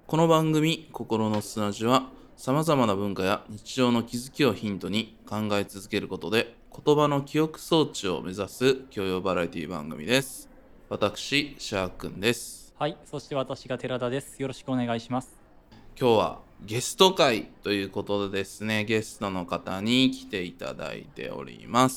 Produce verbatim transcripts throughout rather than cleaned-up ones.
この番組心の砂地はさまざまな文化や日常の気づきをヒントに考え続けることで言葉の記憶装置を目指す教養バラエティ番組です。私シャークンです。 はい、そして私が寺田です。よろしくお願いします。 今日はゲスト会ということでですね、ゲストの方に来ていただいております。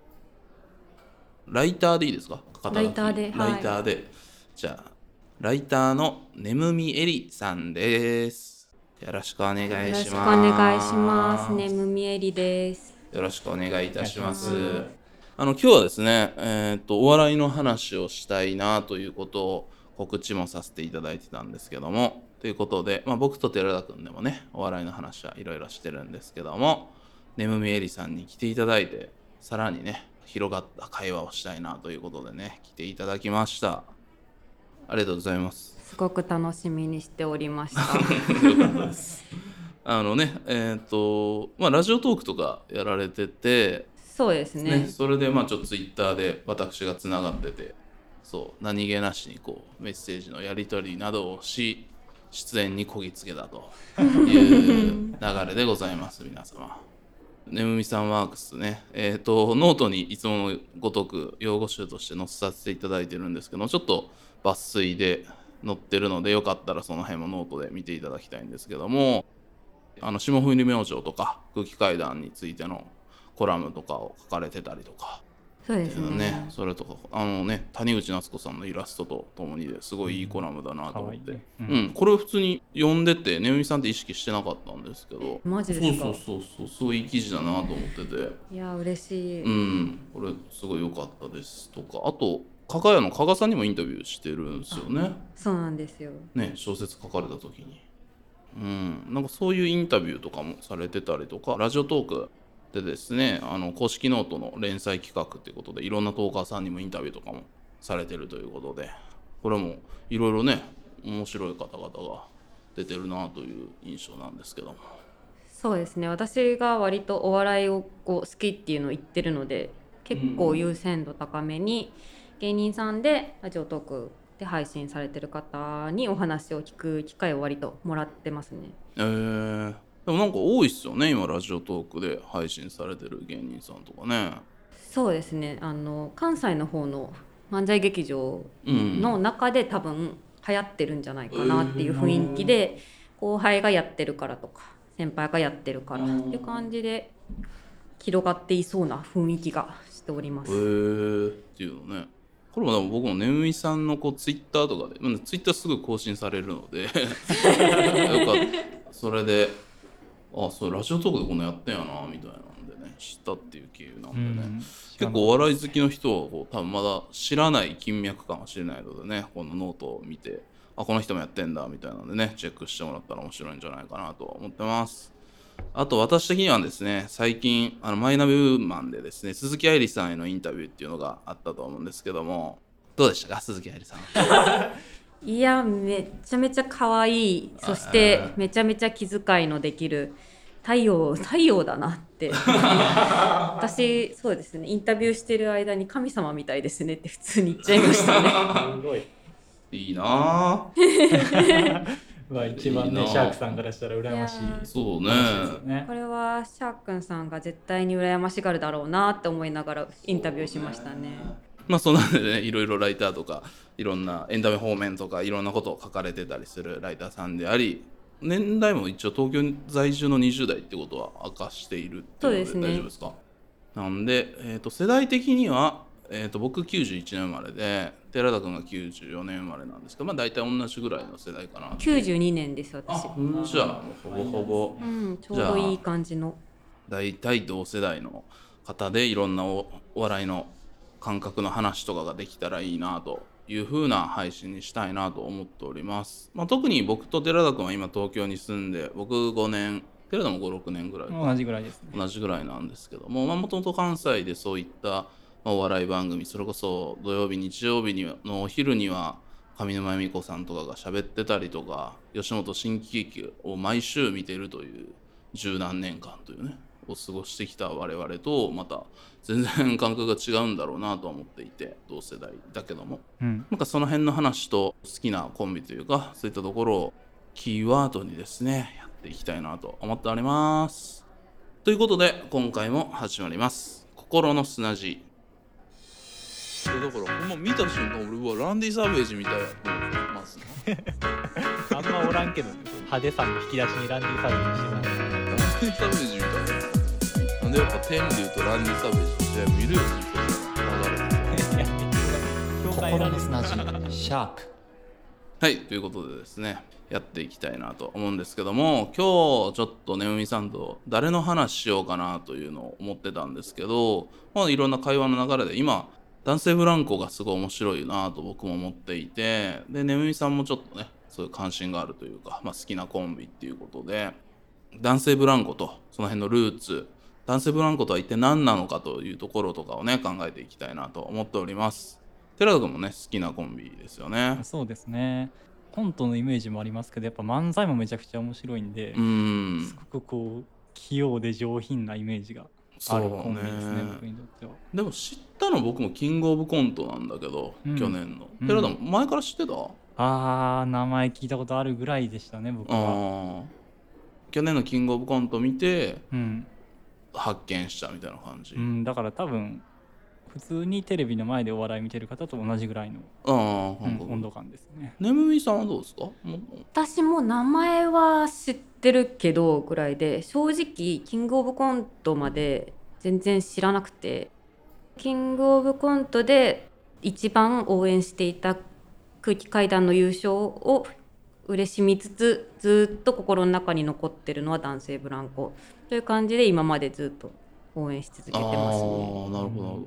ライターでいいですか？肩書きライターで、 ライターで、はい、じゃあライターのねむみえりさんです。よろしくお願いします。 よろしくお願いします。ねむみえりです。 よろしくお願いいたします。あの今日はですね、えー、とお笑いの話をしたいなということを告知もさせていただいてたんですけども、ということで、まあ、僕と寺田くんでもね、お笑いの話はいろいろしてるんですけども、ねむみえりさんに来ていただいて、さらにね、広がった会話をしたいなということでね、来ていただきました。ありがとうございます。 すごく楽しみにしておりました。 よかったです。あのね、えっ、ー、と、まあラジオトークとかやられてて、 そうですね。 ね、それでまあちょっとツイッターで私がつながってて、そう何気なしにこうメッセージのやり取りなどをし、出演にこぎつけたという流れでございます。皆様。ねむみさんワークスね、えっ、ー、とノートにいつものごとく用語集として載せさせていただいてるんですけど、ちょっと抜粋で載ってるので、よかったらその辺もノートで見ていただきたいんですけども、あの霜降り明星とか空気階段についてのコラムとかを書かれてたりとか、 そうですね。 ね、それとかあのね、谷口夏子さんのイラストとともにですごいいいコラムだなと思って、うん、うんうん、これを普通に読んでてねむみさんって意識してなかったんですけど、 マジですか？ そうそうそうそう、そういう記事だなと思ってて、 いや嬉しい。 うん、これすごい良かったですとか、あと加賀屋の加賀さんにもインタビューしてるんですよね。 そうなんですよ。 ね、小説書かれた時に、うん、なんかそういうインタビューとかもされてたりとか、ラジオトークでですね、あの公式ノートの連載企画っていうことでいろんなトーカーさんにもインタビューとかもされてるということで、これもいろいろね面白い方々が出てるなという印象なんですけども。 そうですね、私が割とお笑いをこう好きっていうのを言ってるので、結構優先度高めに芸人さんでラジオトークで配信されてる方にお話を聞く機会を割ともらってますね。 えーでもなんか多いっすよね、今ラジオトークで配信されてる芸人さんとかね。 そうですね、あの関西の方の漫才劇場の中で多分流行ってるんじゃないかなっていう雰囲気で、後輩がやってるからとか先輩がやってるからっていう感じで広がっていそうな雰囲気がしております。 へーっていうのね。これもでも僕もねむみさんのこうツイッターとかで、ツイッターすぐ更新されるのでよかった。それであ、そうラジオトークでこんなやってんやなみたいなんでね、知ったっていう経由なんでね、うん、結構お笑い好きの人はこう多分まだ知らない金脈かもしれないのでね、このノートを見て、あこの人もやってんだみたいなのでね、チェックしてもらったら面白いんじゃないかなと思ってます。あと私的にはですね、最近あのマイナビウーマンでですね、鈴木愛理さんへのインタビューっていうのがあったと思うんですけども、どうでしたか鈴木愛理さんいやめちゃめちゃ可愛い、そしてめちゃめちゃ気遣いのできる太陽太陽だなって私そうですね、インタビューしてる間に神様みたいですねって普通に言っちゃいましたねすごいいいなまあ一番ね、シャークさんからしたら羨ましい。 そう ね, ねこれはシャークンさんが絶対に羨ましがるだろうなって思いながらインタビューしましたね。 まあそんなんでね、いろいろライターとかいろんなエンタメ方面とかいろんなことを書かれてたりするライターさんであり、年代も一応東京在住のにじゅう代ってことは明かしているっていうので大丈夫ですか？なんで、えー、と世代的には、えー、と僕きゅうじゅういちねん生まれで寺田君がきゅうじゅうよねん生まれなんですけど、まあ大体同じぐらいの世代かな。 きゅうじゅうにねんです私。 あ、じゃあもうほぼほぼ、 うん、ちょうどいい感じの大体同世代の方でいろんな お, お笑いの感覚の話とかができたらいいなという風な配信にしたいなと思っております。まあ、特に僕と寺田君は今東京に住んで、僕ごねん、寺田もご、ろくねんぐらいか同じぐらいですね。 同じぐらいなんですけども、もともと関西でそういったお笑い番組、それこそ土曜日日曜日のお昼には上沼恵美子さんとかが喋ってたりとか、吉本新喜劇を毎週見てるという十何年間というねを過ごしてきた我々とまた全然感覚が違うんだろうなと思っていて、同世代だけども、うん、なんかその辺の話と好きなコンビというかそういったところをキーワードにですねやっていきたいなと思っております。ということで今回も始まります。心の砂地。だからほんま見た瞬間俺はランディ・サベージみたいやと思いますね。 あんまおらんけどね、派手さの引き出しにランディサービスしてた。 ランディ・サベージみたいな。なんでやっぱ天竜とランディ・サベージの試合見るように流れてる。 心の砂地シャープ。 はい、ということでですねやっていきたいなと思うんですけども、今日ちょっとね海さんと誰の話しようかなというのを思ってたんですけど、まあ、いろんな会話の流れで今男性ブランコがすごい面白いなと僕も思っていて、でね海さんもちょっとねそういう関心があるというか、まあ、好きなコンビっていうことで男性ブランコとその辺のルーツ、男性ブランコとは一体何なのかというところとかをね考えていきたいなと思っております。寺田君もね好きなコンビですよね。 そうですね、コントのイメージもありますけど、やっぱ漫才もめちゃくちゃ面白いんで、 うーんすごくこう器用で上品なイメージがあるコンビですね、僕にとっては。 でも知ったの僕もキングオブコントなんだけど、うん、去年の寺田も前から知ってた？ あー、名前聞いたことあるぐらいでしたね、僕は。 去年のキングオブコント見て、 うん、 発見したみたいな感じ、 うん、だから多分普通にテレビの前でお笑い見てる方と同じぐらいの、 あ、 うん、温度感ですね。 ねむみさんはどうですか？ 私も名前は知ってるけどぐらいで、正直キングオブコントまで全然知らなくて、キングオブコントで一番応援していた空気階段の優勝を嬉しみつつ、ずっと心の中に残ってるのは男性ブランコという感じで今までずっと応援し続けてますね。あ、 なるほど、うん、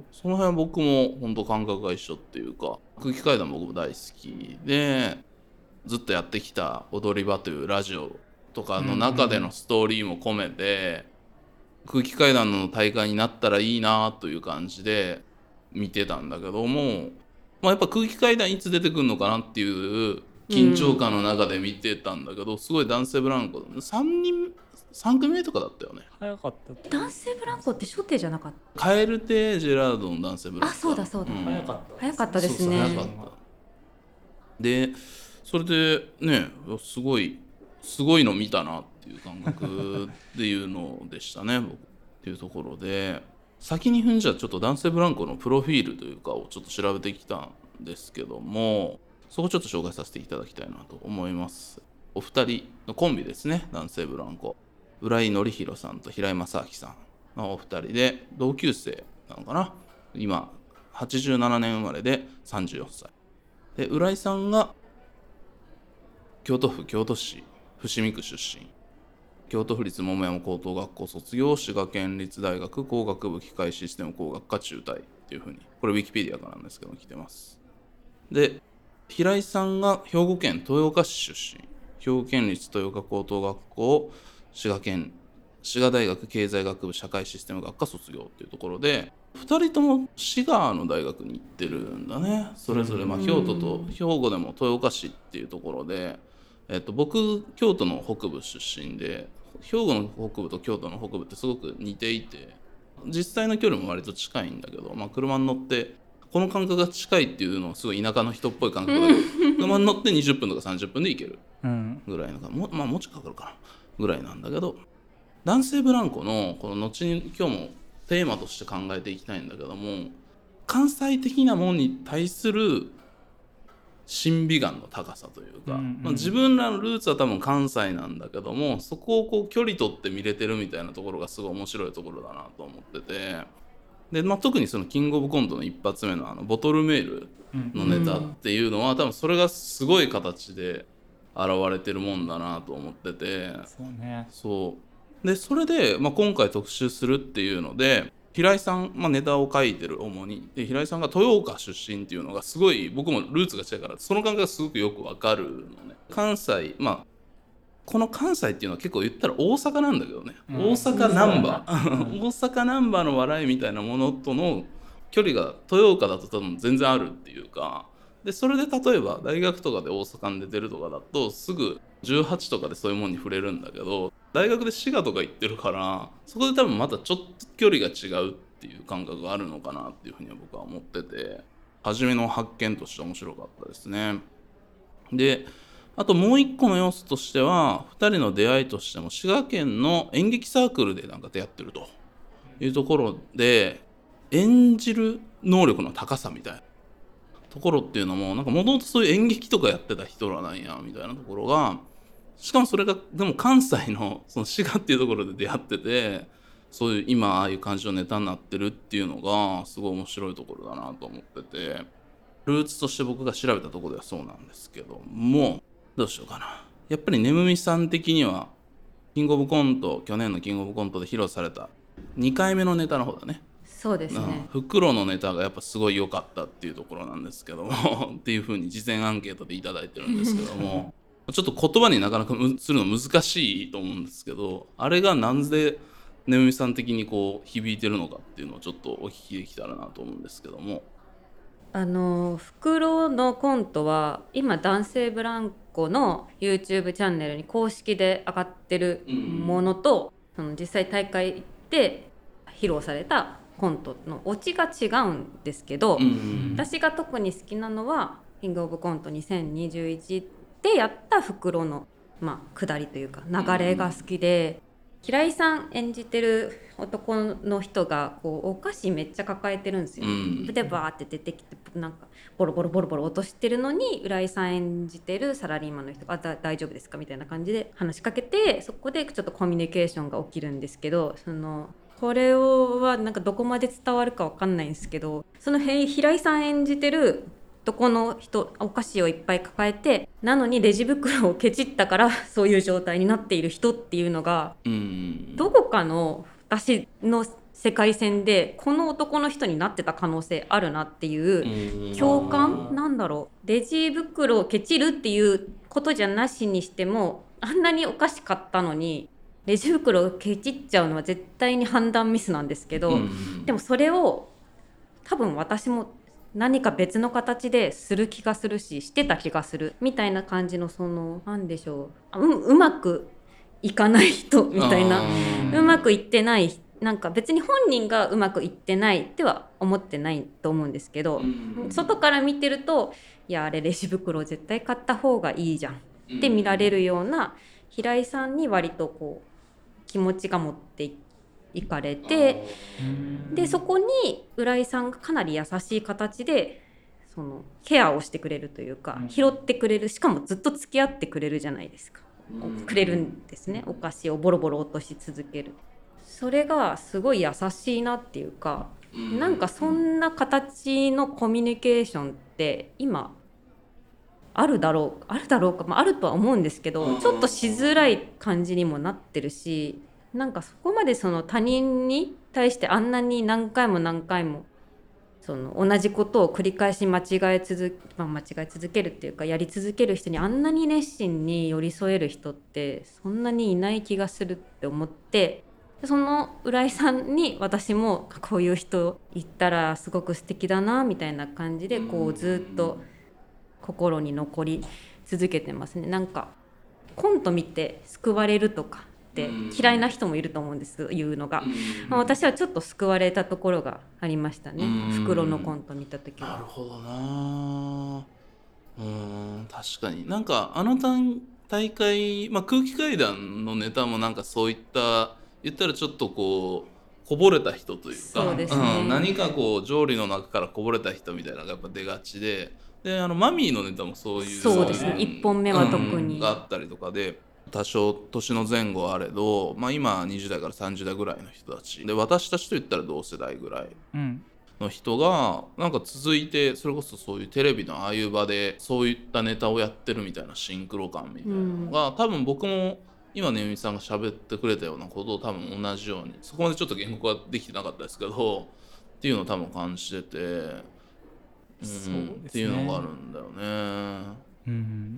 その辺は僕も本当感覚が一緒っていうか、空気階段僕も大好きでずっとやってきた踊り場というラジオとかの中でのストーリーも込めて、うんうん、空気階段の大会になったらいいなという感じで見てたんだけども、まあ、やっぱ空気階段いつ出てくるのかなっていう緊張感の中で見てたんだけど、うん、すごい男性ブランコさんにんさん組目とかだったよね。 早かった。 男性ブランコって初手じゃなかった？ カエルテジェラードの男性ブランコ。 あ、そうだそうだ、うん、 早かった。 早かったですね。 そうそう早かった。でそれでね、すごいすごいの見たなっていう感覚っていうのでしたね僕っていうところで、先に踏んじゃちょっと男性ブランコのプロフィールというかをちょっと調べてきたんですけども、そこちょっと紹介させていただきたいなと思います。お二人のコンビですね、男性ブランコ。浦井典弘さんと平井正明さんのお二人で同級生なのかな。今はちじゅうななねん生まれでさんじゅうよんさいで、浦井さんが京都府京都市伏見区出身、京都府立桃山高等学校卒業、滋賀県立大学工学部機械システム工学科中退っていうふうに、これウィキペディアからなんですけど来てます。で平井さんが兵庫県豊岡市出身、兵庫県立豊岡高等学校滋賀県滋賀大学経済学部社会システム学科卒業っていうところで、ふたりとも滋賀の大学に行ってるんだね。それぞれ、まあ、京都と兵庫でも豊岡市っていうところで、えっと、僕京都の北部出身で、兵庫の北部と京都の北部ってすごく似ていて、実際の距離も割と近いんだけど、まあ、車に乗ってこの感覚が近いっていうのはすごい田舎の人っぽい感覚だけど車に乗ってにじゅっぷんとかさんじゅっぷんで行けるぐらいのか、もまあもうちょっとかかるかなぐらいなんだけど、男性ブランコのこの後に今日もテーマとして考えていきたいんだけども、関西的なものに対する審美眼の高さというか、うんうん、まあ、自分らのルーツは多分関西なんだけども、そこをこう距離取って見れてるみたいなところがすごい面白いところだなと思ってて、で、まあ、特にそのキングオブコントの一発目のあのボトルメールのネタっていうのは、うん、多分それがすごい形で現れてるもんだなと思ってて、 そうね、 そうで、それで、まあ、今回特集するっていうので平井さん、まあ、ネタを書いてる主にで、平井さんが豊岡出身っていうのがすごい僕もルーツが違うからその感覚がすごくよくわかるのね。関西、まあこの関西っていうのは結構言ったら大阪なんだけどね、うん、大阪ナンバー大阪ナンバーの笑いみたいなものとの距離が豊岡だと多分全然あるっていうか、でそれで例えば大学とかで大阪に出てるとかだとすぐじゅうはちとかでそういうもんに触れるんだけど、大学で滋賀とか行ってるからそこで多分またちょっと距離が違うっていう感覚があるのかなっていうふうには僕は思ってて、初めの発見として面白かったですね。であともう一個の要素としてはふたりの出会いとしても滋賀県の演劇サークルでなんか出会ってるというところで、演じる能力の高さみたいなところっていうのもなんかもともとそういう演劇とかやってた人らなんやみたいなところが、しかもそれがでも関西のその滋賀っていうところで出会ってて、そういう今ああいう感じのネタになってるっていうのがすごい面白いところだなと思ってて、ルーツとして僕が調べたところではそうなんですけども、どうしようかな。やっぱりねむみさん的にはキングオブコント、去年のキングオブコントで披露されたにかいめのネタの方だね。 そうですね、 うん、袋のネタがやっぱすごい良かったっていうところなんですけどもっていう風に事前アンケートでいただいてるんですけどもちょっと言葉になかなかするの難しいと思うんですけど、あれがなんでねむみさん的にこう響いてるのかっていうのをちょっとお聞きできたらなと思うんですけども。 あの袋のコントは今男性ブランコの YouTube チャンネルに公式で上がってるものと、うん、その実際大会で披露されたコントのオチが違うんですけど、うん、私が特に好きなのはキングオブコントにせんにじゅういちでやった袋の、まあ、下りというか流れが好きで、うん、平井さん演じてる男の人がこうお菓子めっちゃ抱えてるんですよ、うん、でバーって出てきてなんかボロボロボロボロ落としてるのに浦井さん演じてるサラリーマンの人がだ大丈夫ですかみたいな感じで話しかけて、そこでちょっとコミュニケーションが起きるんですけど、そのこれをはなんかどこまで伝わるか分かんないんですけど、その平井さん演じてる男の人お菓子をいっぱい抱えて、なのにレジ袋をケチったからそういう状態になっている人っていうのが、うん、どこかの私の世界線でこの男の人になってた可能性あるなっていう共感、なんだろう、レジ袋をケチるっていうことじゃなしにしても、あんなにお菓子買ったのにレジ袋をケチっちゃうのは絶対に判断ミスなんですけど、うん、でもそれを多分私も何か別の形でする気がするし、してた気がするみたいな感じの、そのなんでしょう、う, うまくいかない人みたいな、うまくいってない、なんか別に本人がうまくいってないっては思ってないと思うんですけど、うん、外から見てるといやあれレジ袋絶対買った方がいいじゃんって見られるような平井さんに割とこう気持ちが持っていかれて、でそこに浦井さんがかなり優しい形でそのケアをしてくれるというか、拾ってくれる、しかもずっと付き合ってくれるじゃないですか、くれるんですね、お菓子をボロボロ落とし続ける。それがすごい優しいなっていうか、なんかそんな形のコミュニケーションって今あるだろうあるだろうか、まあ、あるとは思うんですけど、ちょっとしづらい感じにもなってるし、なんかそこまでその他人に対してあんなに何回も何回もその同じことを繰り返し間違え続、まあ、間違え続けるっていうか、やり続ける人にあんなに熱心に寄り添える人ってそんなにいない気がするって思って、その浦井さんに私もこういう人いったらすごく素敵だなみたいな感じでこうずっと心に残り続けてますね。なんかコント見て救われるとかって嫌いな人もいると思うんです言うのが、まあ、私はちょっと救われたところがありましたね、袋のコント見た時は。 なるほどな。うーん、確かになんかあの大会、まあ、空気階段のネタもなんかそういった言ったらちょっとこうこぼれた人というか、 そうですね、 うん、何かこう条理の中からこぼれた人みたいなのがやっぱ出がちで、であのマミーのネタもそういう、 そうですね、いっぽんめは特に、 うん、があったりとかで、多少年の前後あれど、まあ、今にじゅう代からさんじゅう代ぐらいの人たちで、私たちと言ったら同世代ぐらいの人がなんか続いて、それこそそういうテレビのああいう場でそういったネタをやってるみたいなシンクロ感みたいなのが、うん、多分僕も今ねゆみさんが喋ってくれたようなことを多分同じように、そこまでちょっと言語ができてなかったですけどっていうのを多分感じてて、うん、そうですね、っていうのがあるんだよね。 うん、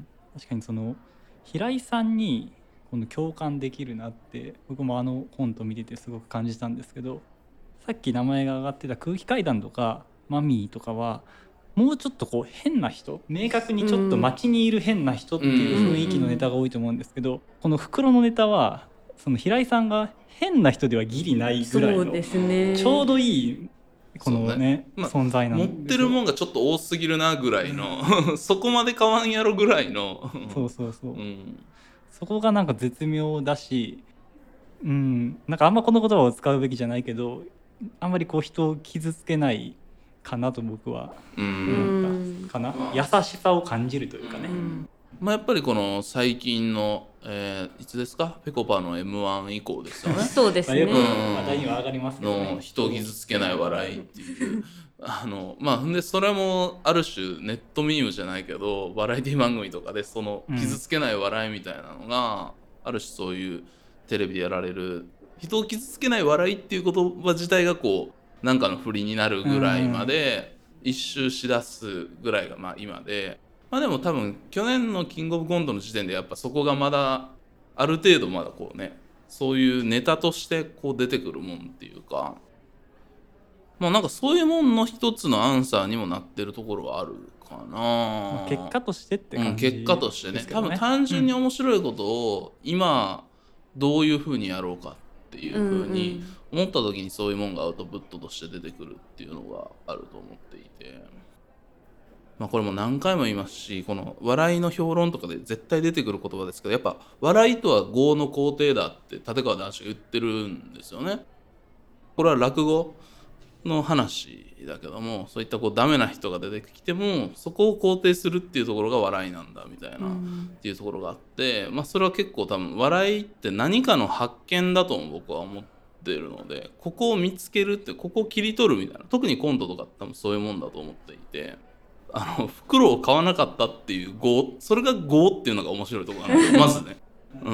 確かにその平井さんにこの共感できるなって僕もあのコント見ててすごく感じたんですけど、さっき名前が挙がってた空気階段とかマミーとかはもうちょっとこう変な人、明確にちょっと街にいる変な人っていう雰囲気のネタが多いと思うんですけど、この袋のネタはその平井さんが変な人ではギリないぐらいの、 そうですね、 ちょうどいいこのね、ねまあ、 存在なん持ってるもんがちょっと多すぎるなぐらいのそこまで変わんやろぐらいのそうそうそう、 うん、 そこがなんか絶妙だし、うん、なんかあんまこの言葉を使うべきじゃないけど、あんまりこう人を傷つけないかなと僕は思ったかな、優しさを感じるというかね、うん、 まあ、やっぱりこの最近の、えー、いつですか、ぺこぱの エムワン 以降ですよねそうですね、 まあ、よく話題には上がりますけどね、 の人を傷つけない笑いっていうあのまあでそれもある種ネットミームじゃないけどバラエティ番組とかでその傷つけない笑いみたいなのが、うん、ある種そういうテレビでやられる人を傷つけない笑いっていう言葉自体がこうなんかの振りになるぐらいまで一周しだすぐらいがまあ今で、まあでも多分去年のキングオブコントの時点でやっぱそこがまだある程度まだこうねそういうネタとしてこう出てくるもんっていうか、まあなんかそういうもんの一つのアンサーにもなってるところはあるかな、 まあ、結果としてって感じ、 うん、結果としてね、 ね、 多分単純に面白いことを今どういうふうにやろうかっていうふうに思った時にそういうもんがアウトプットとして出てくるっていうのがあると思っていて、まあこれも何回も言いますし、この笑いの評論とかで絶対出てくる言葉ですけど、やっぱ笑いとは業の肯定だって立川談志が言ってるんですよね。これは落語の話だけども、そういったこうダメな人が出てきてもそこを肯定するっていうところが笑いなんだみたいな、うん、っていうところがあって、まあそれは結構多分笑いって何かの発見だとも僕は思ってるので、ここを見つけるってここを切り取るみたいな、特にコントとか多分そういうもんだと思っていて、あの袋を買わなかったっていう業、それが業っていうのが面白いところなんでまずね、うん、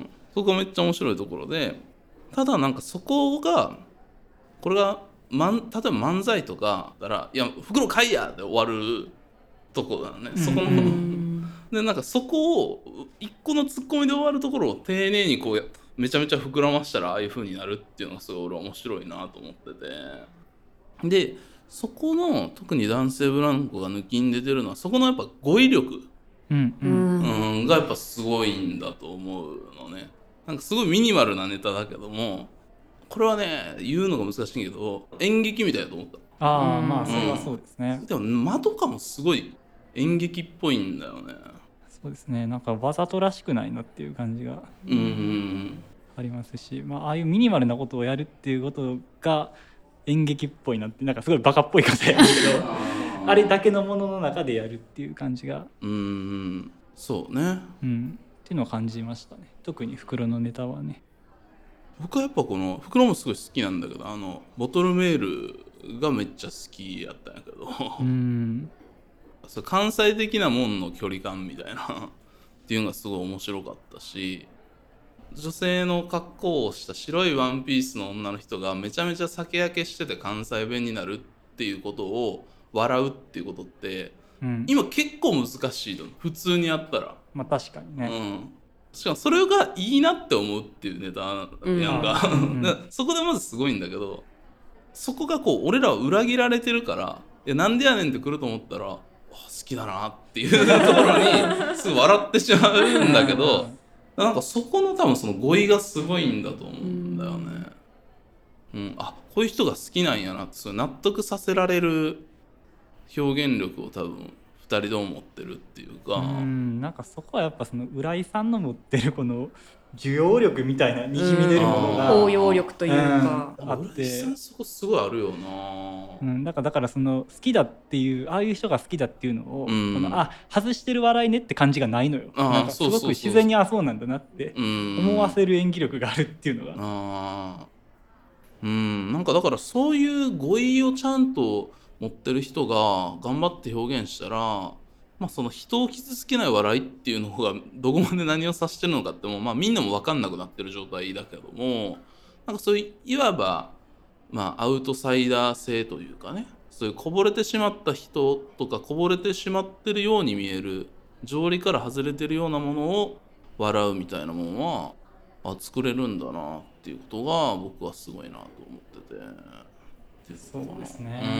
そこがめっちゃ面白いところで、ただなんかそこがこれがまん例えば漫才とかだったら「いや袋買いや!」で終わるとこだよね、うん、そこのでなんかそこを一個のツッコミで終わるところを丁寧にこうめちゃめちゃ膨らましたらああいう風になるっていうのがすごい俺は面白いなと思ってて、でそこの特に男性ブランコが抜きん出てるのはそこのやっぱ語彙力、 うんうんうん、がやっぱすごいんだと思うのね。なんかすごいミニマルなネタだけども、これはね言うのが難しいけど演劇みたいだと思った。 ああ、まあそれはそうですね、 うん、でも間とかもすごい演劇っぽいんだよね。 そうですね、なんかわざとらしくないなっていう感じがありますし、まあ、ああいうミニマルなことをやるっていうことが演劇っぽいなって、なんかすごいバカっぽい方やるけどあれだけのものの中でやるっていう感じが、 うーんそうね、 うん、っていうのを感じましたね。特に袋のネタはね。 僕はやっぱこの袋もすごい好きなんだけど、あのボトルメールがめっちゃ好きやったんやけどうんそう関西的なもんの距離感みたいなっていうのがすごい面白かったし、女性の格好をした白いワンピースの女の人がめちゃめちゃ酒焼けしてて関西弁になるっていうことを笑うっていうことって、うん、今結構難しいと思う、普通にやったら。 まあ確かにね、 うん、しかもそれがいいなって思うっていうネタやんか、うん、そこでまずすごいんだけど、そこがこう俺らは裏切られてるから、いやなんでやねんって来ると思ったら好きだなっていうところにすぐ笑ってしまうんだけどなんかそこの多分その語彙がすごいんだと思うんだよね。うん、あこういう人が好きなんやなってそれ納得させられる表現力を多分ふたりとも持ってるっていうか、 うんなんかそこはやっぱその浦井さんの持ってるこの需要力みたいなにじみ出るものが包容力というか、 うん、あって、 浦井さんそこすごいあるよな、 うん、だからだからその好きだっていうああいう人が好きだっていうのを、うん、このあ外してる笑いねって感じがないのよ。なんかすごく自然にあそうなんだなって思わせる演技力があるっていうのが、 あうんなんかだからそういう語彙をちゃんと持ってる人が頑張って表現したら、まあ、その人を傷つけない笑いっていうのがどこまで何を指してるのかっても、まあ、みんなも分かんなくなってる状態だけども、なんかそういういわば、まあ、アウトサイダー性というかね、そういうこぼれてしまった人とかこぼれてしまってるように見える条理から外れてるようなものを笑うみたいなものはあ作れるんだなっていうことが僕はすごいなと思ってて。 そうですね、 うん、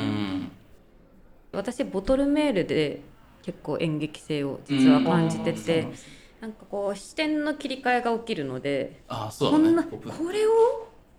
私ボトルメールで結構演劇性を実は感じてて、うん、なんかこう視点の切り替えが起きるので、 ああそうだね、 こんなこれを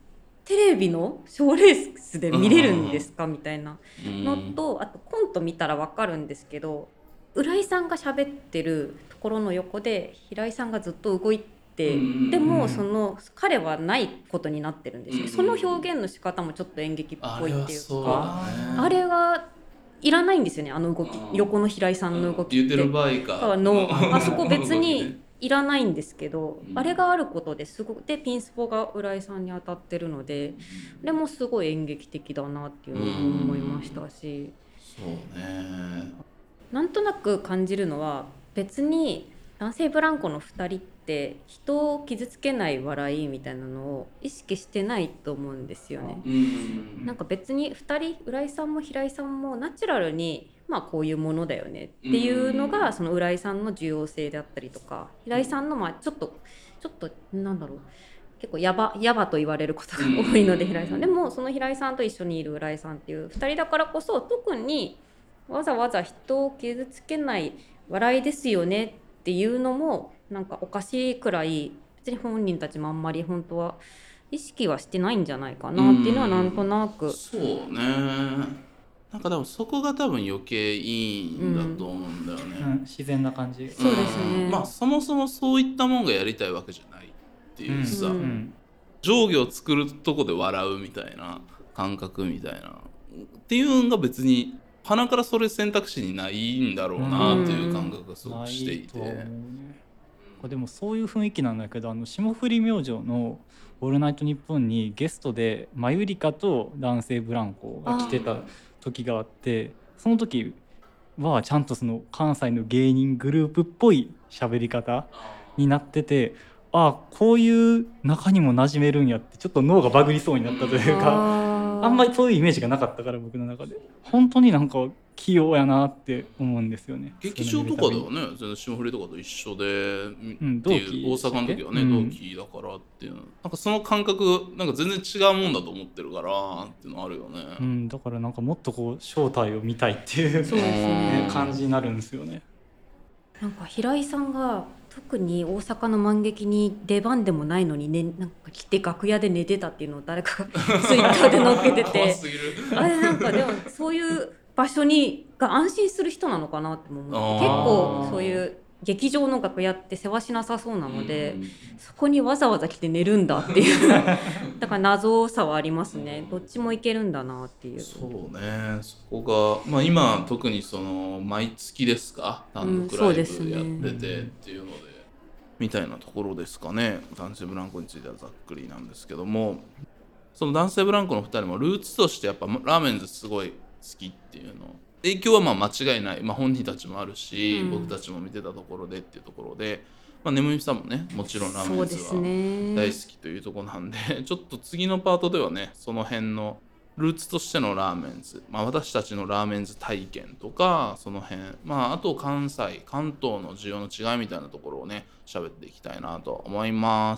テレビの賞レースで見れるんですかみたいなのと、あとコント見たら分かるんですけど、浦井さんが喋ってるところの横で平井さんがずっと動いて、でもその彼はないことになってるんですね。その表現の仕方もちょっと演劇っぽいっていうか、あれがいらないんですよね、あの動き、横の平井さんの動きって言ってる場合かのあそこ別にいらないんですけど、あれがあることですごくでピンスポが浦井さんに当たってるので、あれもすごい演劇的だなっていうのも思いましたし、 そうね、 なんとなく感じるのは、別に男性ブランコのふたりって人を傷つけない笑いみたいなのを意識してないと思うんですよね。 うんなんか別にふたり、浦井さんも平井さんもナチュラルにまあこういうものだよねっていうのがその浦井さんの重要性であったりとか、平井さんのまあちょっとちょっとなんだろう、結構ヤバヤバと言われることが多いので、平井さんでもその平井さんと一緒にいる浦井さんっていうふたりだからこそ、特にわざわざ人を傷つけない笑いですよねっていうのもなんかおかしいくらい、別に本人たちもあんまり本当は意識はしてないんじゃないかなっていうのはなんとなく、 そうね、なんかでもそこが多分余計いいんだと思うんだよね、 うん、自然な感じ。 そうですね、 うん、まあそもそもそういったもんがやりたいわけじゃないっていうさ、 うんううんん上下を作るとこで笑うみたいな感覚みたいなっていうのが別に鼻からそれ選択肢にないんだろうなっていう感覚がすごくしていて、 ないとは思うね。でもそういう雰囲気なんだけど、あの霜降り明星の「オールナイトニッポン」にゲストでマユリカと男性ブランコが来てた時があって、その時はちゃんとその関西の芸人グループっぽい喋り方になってて、ああこういう中にも馴染めるんやって、ちょっと脳がバグりそうになったというか、あんまりそういうイメージがなかったから僕の中で、本当になんか器用やなって思うんですよね。 劇場とかではね全然霜降りとかと一緒で、 うん、 っていう大阪の時はね、 うん、 同期だからっていう、なんかその感覚なんか全然違うもんだと思ってるからっていうのあるよね、 うん、だからなんかもっとこう正体を見たいっていう、 そうですね、 感じになるんですよね。 なんか平井さんが特に大阪の満劇に出番でもないのに、ね、なんか来て楽屋で寝てたっていうのを誰かがツイッターで載っけてて怖すぎるあれなんかでもそういう場所にが安心する人なのかなって思って、結構そういう劇場の楽屋って世話しなさそうなので、そこにわざわざ来て寝るんだっていうだから謎さはありますね。どっちもいけるんだなっていう。 そうね、そこが、まあ、今特にその毎月ですか単独ライブやっててっていうので、みたいなところですかね。男性ブランコについてはざっくりなんですけども、その男性ブランコのふたりもルーツとしてやっぱラーメンズすごい好きっていうの影響はまあ間違いない、まあ、本人たちもあるし、うん、僕たちも見てたところでっていうところで、まあ、眠みさんもねもちろんラーメンズは大好きというところなんで、ね、ちょっと次のパートではねその辺のルーツとしてのラーメンズ、まあ、私たちのラーメンズ体験とかその辺、まあ、あと関西関東の需要の違いみたいなところをね喋っていきたいなと思います。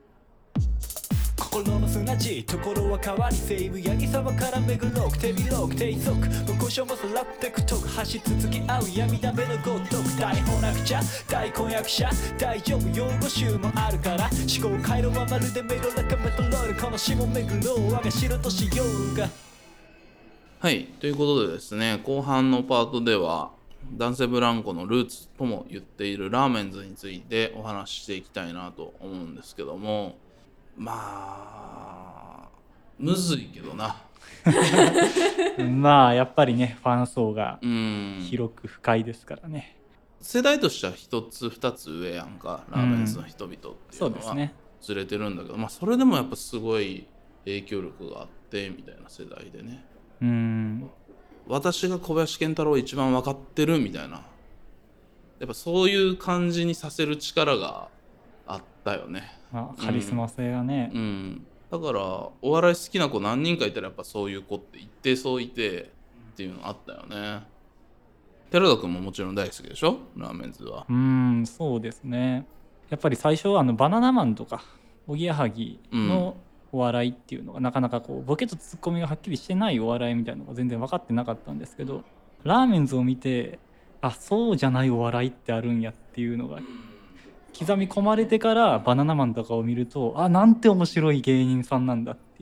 心の砂地ところは変わり西武八木沢から巡ろう手広く低速無故障もさらってくとく走り続き合う闇だめのごとく台本なくちゃ大婚約者大丈夫用語集もあるから思考回路はまるでメロラカメトロールこの下巡ろう我が城としようが。 はいということでですね後半のパートでは男性ブランコのルーツとも言っているラーメンズについてお話ししていきたいなと思うんですけども、まあむずいけどなまあやっぱりねファン層が広く深いですからね。 世代としては一つ二つ上やんかラーメンズの人々っていうのはずれてるんだけど、まあそれでもやっぱすごい影響力があってみたいな世代でね、 うん私が小林賢太郎を一番分かってるみたいなやっぱそういう感じにさせる力があったよね。 あカリスマ性がね、 うん、うん、だからお笑い好きな子何人かいたらやっぱそういう子って一定そういてっていうのあったよね。寺田君ももちろん大好きでしょラーメンズは。 うんそうですね。やっぱり最初はあのバナナマンとかおぎやはぎのお笑いっていうのがなかなかこうボケとツッコミがはっきりしてないお笑いみたいなのが全然分かってなかったんですけど、ラーメンズを見てあそうじゃないお笑いってあるんやっていうのが刻み込まれてからバナナマンとかを見るとあなんて面白い芸人さんなんだって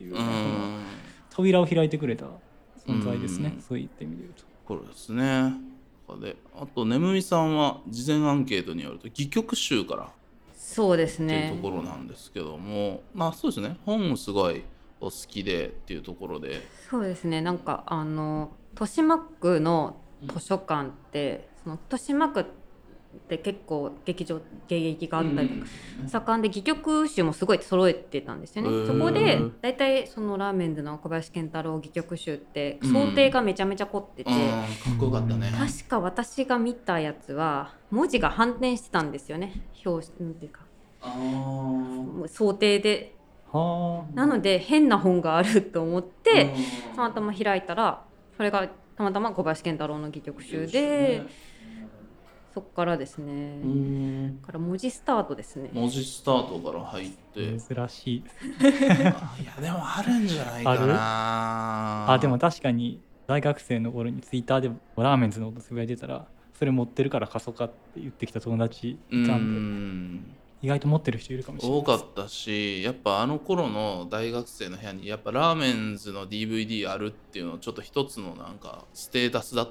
いう、 うん扉を開いてくれた存在ですね、 うんそう言ってみると。 これですね。であとねむみさんは事前アンケートによると戯曲集からそうですっていうねところなんですけども、まあそうですね、本もすごいお好きでっていうところで、 そうですねなんかあの豊島区の図書館ってその豊島区って結構劇場芸劇があったりとか、盛んで戯曲集もすごい揃えてたんですよね。 へーそこでだいたいそのラーメンズの小林健太郎戯曲集って想定がめちゃめちゃ凝ってて、 うん、かっこよかったね。 確か私が見たやつは文字が反転してたんですよね、表紙なんていうかあもう想定で。 はなので変な本があると思ってたまたま開いたらそれがたまたま小林健太郎の戯曲集で、そっからですね、 うんから文字スタートですね。 文字スタートから入って珍しいですあいやでもあるんじゃないかな。 あでも確かに大学生の頃にツイッターでラーメンズのことつぶやいてたらそれ持ってるから貸そうかって言ってきた友達いたんで、意外と持ってる人いるかもしれない多かったし、やっぱあの頃の大学生の部屋にやっぱラーメンズの ディーブイディー あるっていうのはちょっと一つのなんかステータスだ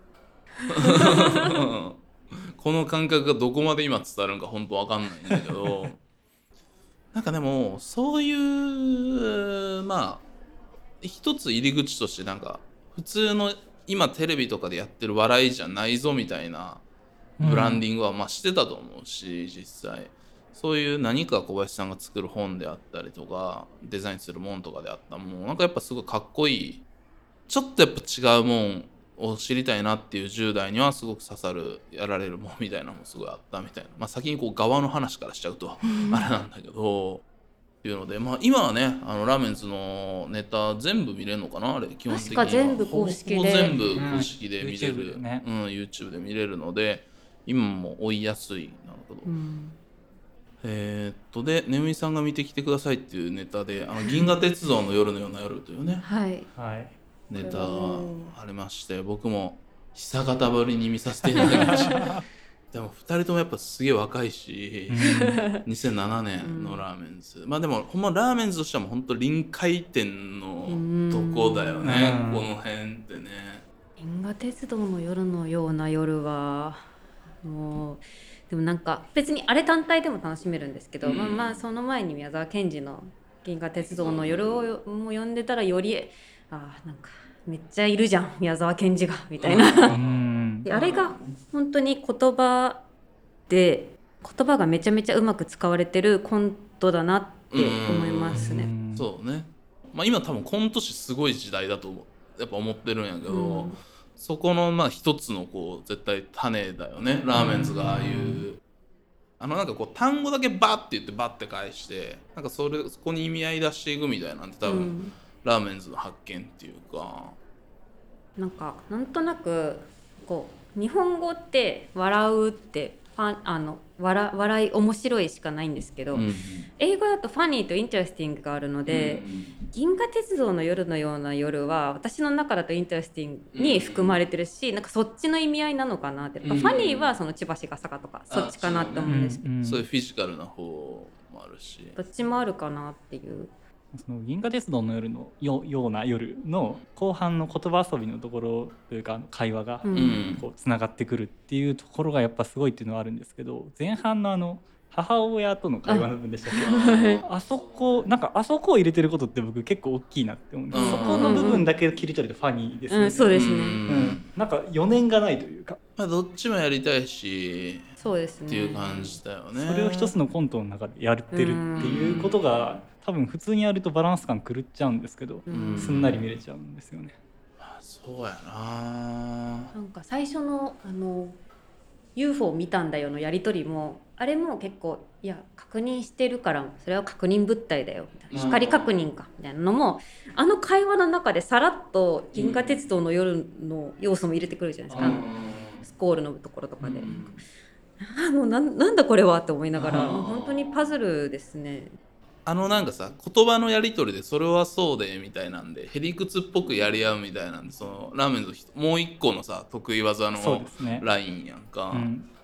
この感覚がどこまで今伝わるんか本当わかんないんだけどなんかでもそういうまあ一つ入り口としてなんか普通の今テレビとかでやってる笑いじゃないぞみたいなブランディングはまあしてたと思うし、実際そういう何か小林さんが作る本であったりとかデザインするもんとかであったもんなんかやっぱすごいかっこいい、ちょっとやっぱ違うもんを知りたいなっていうじゅう代にはすごく刺さるやられるもんみたいなのもすごいあったみたいな、まあ先にこう側の話からしちゃうとあれなんだけどっていうので、まあ今はねあのラーメンズのネタ全部見れるのかな、あれ基本的には確か全部公式でほぼ全部公式で見れる、 うん YouTube でねうん、YouTube で見れるので今も追いやすいなるほど、 うんえーっとでねむいさんが見てきてくださいっていうネタであの銀河鉄道の夜のような夜というねはいはいネタがありまして僕も久方ぶりに見させていただきましたでもふたりともやっぱすげえ若いしにせんななねんのラーメンズ、まあでもほんまラーメンズとしてはもうほんと臨界点のとこだよね、 うんこの辺ってね。 銀河鉄道の夜のような夜はもうでもなんか別にあれ単体でも楽しめるんですけど、 うんまあまあその前に宮沢賢治の銀河鉄道の夜をも読んでたらよりあーなんかめっちゃいるじゃん宮沢賢治がみたいな、 うんであれが本当に言葉で言葉がめちゃめちゃうまく使われてるコントだなって思いますね。 そうね、まあ今多分コント師すごい時代だと思うやっぱ思ってるんやけど、 うんそこのまあ一つのこう絶対種だよねラーメンズがああいうあのなんかこう単語だけバッて言ってバッて返してなんかそれそこに意味合い出していくみたいなんて多分、 うんラーメンズの発見っていうかなんかなんとなくこう日本語って笑うってファンあの笑笑い面白いしかないんですけど、 うん英語だとファニーとインタレスティングがあるので、銀河鉄道の夜のような夜は私の中だとインタレスティングに含まれてるし、なんかそっちの意味合いなのかなって、ファニーはその千葉市が坂とかそっちかなって思うんですけど、 そういうフィジカルな方もあるしどっちもあるかなっていう。 その銀河鉄道の夜の よ, ような夜の後半の言葉遊びのところというか会話がうんこうつながってくるっていうところがやっぱすごいっていうのはあるんですけど、前半のあの母親との会話の部分でしたけど あ, あそこなんかあそこを入れてることって僕結構大きいなって思うんです、 うんそこの部分だけ切り取るとファニーですよね、 うん、そうですね、 うんうん、なんか余念がないというか、 まあどっちもやりたいしそうですねっていう感じだよね。 それを一つのコントの中でやってるっていうことが多分普通にやるとバランス感狂っちゃうんですけど、 うんすんなり見れちゃうんですよね。 まあそうやな。 なんか最初のあの ユーフォー 見たんだよのやり取りもあれも結構いや確認してるからそれは確認物体だよみたいな、光確認かみたいなのもあの会話の中でさらっと銀河鉄道の夜の要素も入れてくるじゃないですか、スコールのところとかで、あもうな ん, なんだこれはって思いながら本当にパズルですね。 あのなんかさ言葉のやり取りでそれはそうでみたいなんでへりくつっぽくやり合うみたいなんでそのラーメンの人もう一個のさ得意技そうのですね、 ラインやんか、 うん、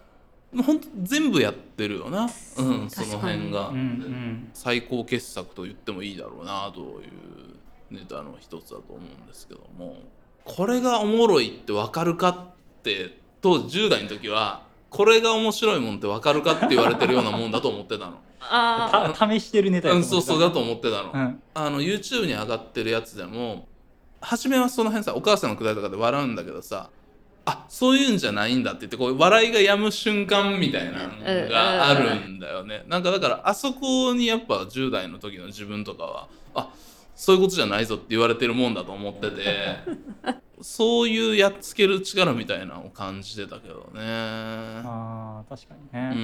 ほんと全部やってるよな、うん、その辺が、 うんうん、 最高傑作と言ってもいいだろうなというネタの一つだと思うんですけども、これがおもろいって分かるかって当時じゅう代の時はこれが面白いもんって分かるかって言われてるようなもんだと思ってたのあた試してるネタやうん、 と思ってたそうそうだと思ってたの、 うん、 あの YouTube に上がってるやつでも初めはその辺さお母さんのくだりとかで笑うんだけどさ、あそういうんじゃないんだって言ってこう笑いが止む瞬間みたいなのがあるんだよね。なんかだからあそこにやっぱじゅう代の時の自分とかはあそういうことじゃないぞって言われてるもんだと思っててそういうやっつける力みたいなのを感じてたけどね。 あ確かにね、 うん、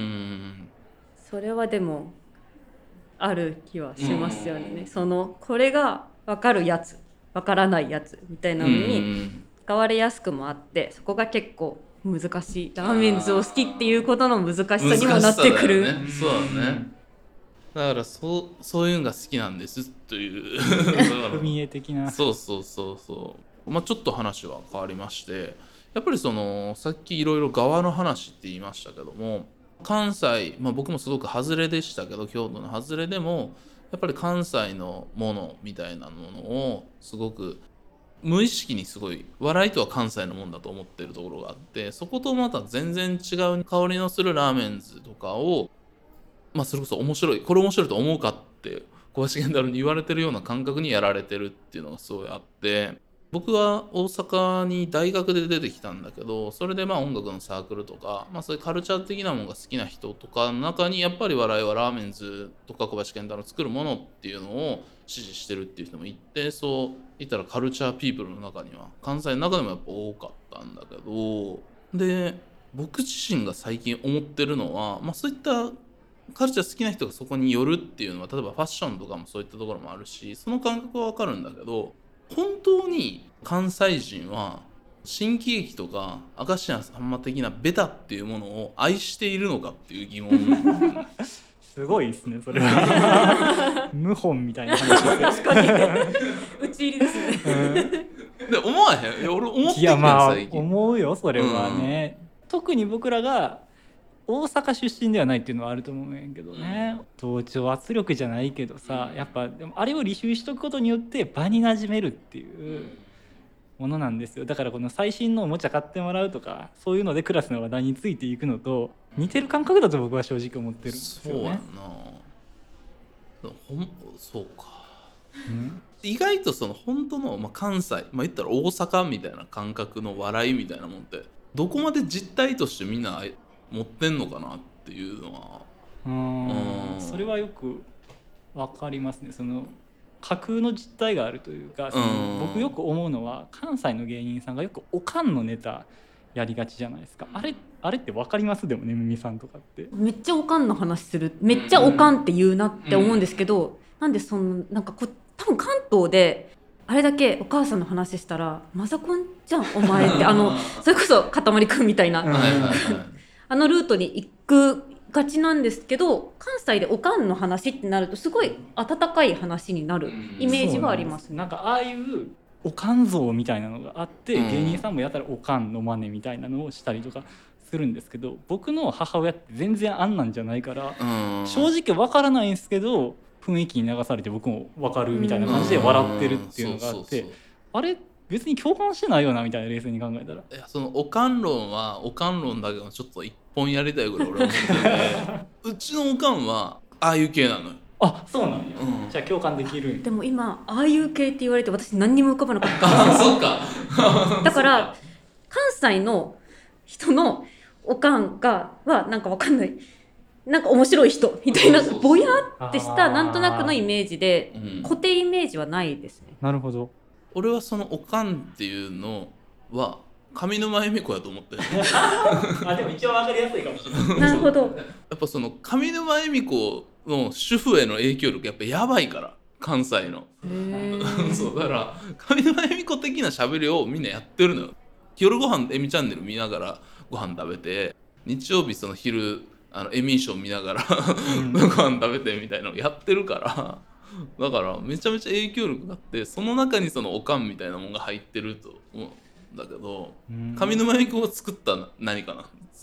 それはでもある気はしますよね、うん、そのこれが分かるやつ分からないやつみたいなのに使われやすくもあって、そこが結構難しい、ラーメンズを好きっていうことの難しさにもなってくる、 ね、そうだね。だからそう、そういうのが好きなんですという踏み絵的な。 そうそうそうそう、まあ、ちょっと話は変わりまして、やっぱりそのさっきいろいろ側の話って言いましたけども、関西、まあ、僕もすごく外れでしたけど京都の外れでもやっぱり関西のものみたいなものをすごく無意識にすごい笑いとは関西のもんだと思ってるところがあって、そことまた全然違う香りのするラーメンズとかを、まあ、それこそ面白いこれ面白いと思うかって小林源太郎に言われてるような感覚にやられてるっていうのがすごいあって、僕は大阪に大学で出てきたんだけど、それでまあ音楽のサークルとか、まあ、そういうカルチャー的なものが好きな人とかの中にやっぱり笑いはラーメンズとか小林健太郎の作るものっていうのを支持してるっていう人もいて、そう言ったらカルチャーピープルの中には関西の中でもやっぱ多かったんだけど、で僕自身が最近思ってるのは、まあ、そういったカルチャー好きな人がそこに寄るっていうのは例えばファッションとかもそういったところもあるし、その感覚はわかるんだけど、本当に関西人は新喜劇とか明石家さんま的なベタっていうものを愛しているのかっていう疑問すごいですねそれは謀反みたいな話です確かに打ち入りですねで思わへん？いや俺思っていやまあ最近思うよそれはね、うん、特に僕らが大阪出身ではないっていうのはあると思うんやけどね、うん、同調圧力じゃないけどさ、やっぱでもあれを履修しとくことによって場に馴染めるっていうものなんですよ。だからこの最新のおもちゃ買ってもらうとかそういうのでクラスの話題についていくのと似てる感覚だと僕は正直思ってるんですよね。 そうやなほんそうか、うん、意外とその本当の、まあ、関西、まあ、言ったら大阪みたいな感覚の笑いみたいなもんってどこまで実態としてみんな持ってんのかなっていうのは、 うん、それはよく分かりますね。その架空の実態があるというか、その僕よく思うのは関西の芸人さんがよくおかんのネタやりがちじゃないですか。あれあれって分かります？でもねみみさんとかってめっちゃおかんの話する、めっちゃおかんって言うなって思うんですけど、うん、なんでそのなんかこ多分関東であれだけお母さんの話したらマザコンじゃんお前ってあのそれこそかたまりくんみたいなあのルートに行くがちなんですけど、関西でおかんの話ってなるとすごい温かい話になるイメージはあります。 なんなんかああいうおかん像みたいなのがあって、うん、芸人さんもやたらおかんの真似みたいなのをしたりとかするんですけど、僕の母親って全然あんなんじゃないから、うん、正直わからないんですけど雰囲気に流されて僕もわかるみたいな感じで笑ってるっていうのがあって、あれ別に共感してないよなみたいな冷静に考えたら、 いやそのおかん論はおかん論だけどちょっと一本やりたいぐらい俺は思っててうちのおかんはああいう系なのよ。 あ、そうなんや、 うん、 じゃあ共感できる。 でも今ああいう系って言われて私何にも浮かばなかったあそうかだから関西の人のおかんがはなんかわかんないなんか面白い人みたいなぼやってしたなんとなくのイメージで、うん、固定イメージはないですね。 なるほど。 俺はそのおかんっていうのは上沼恵美子やと思ってるあでも一応分かりやすいかもしれないなるほど。 やっぱその上沼恵美子の主婦への影響力やっぱやばいから関西のそうだから上沼恵美子的な喋りをみんなやってるのよ。夜ご飯エミチャンネル見ながらご飯食べて、日曜日その昼あのエミーション見ながらご飯食べてみたいなのやってるからだからめちゃめちゃ影響力があって、その中にそのおかんみたいなものが入ってると思うんだけど、上沼恵美子が作った何かなんですよ。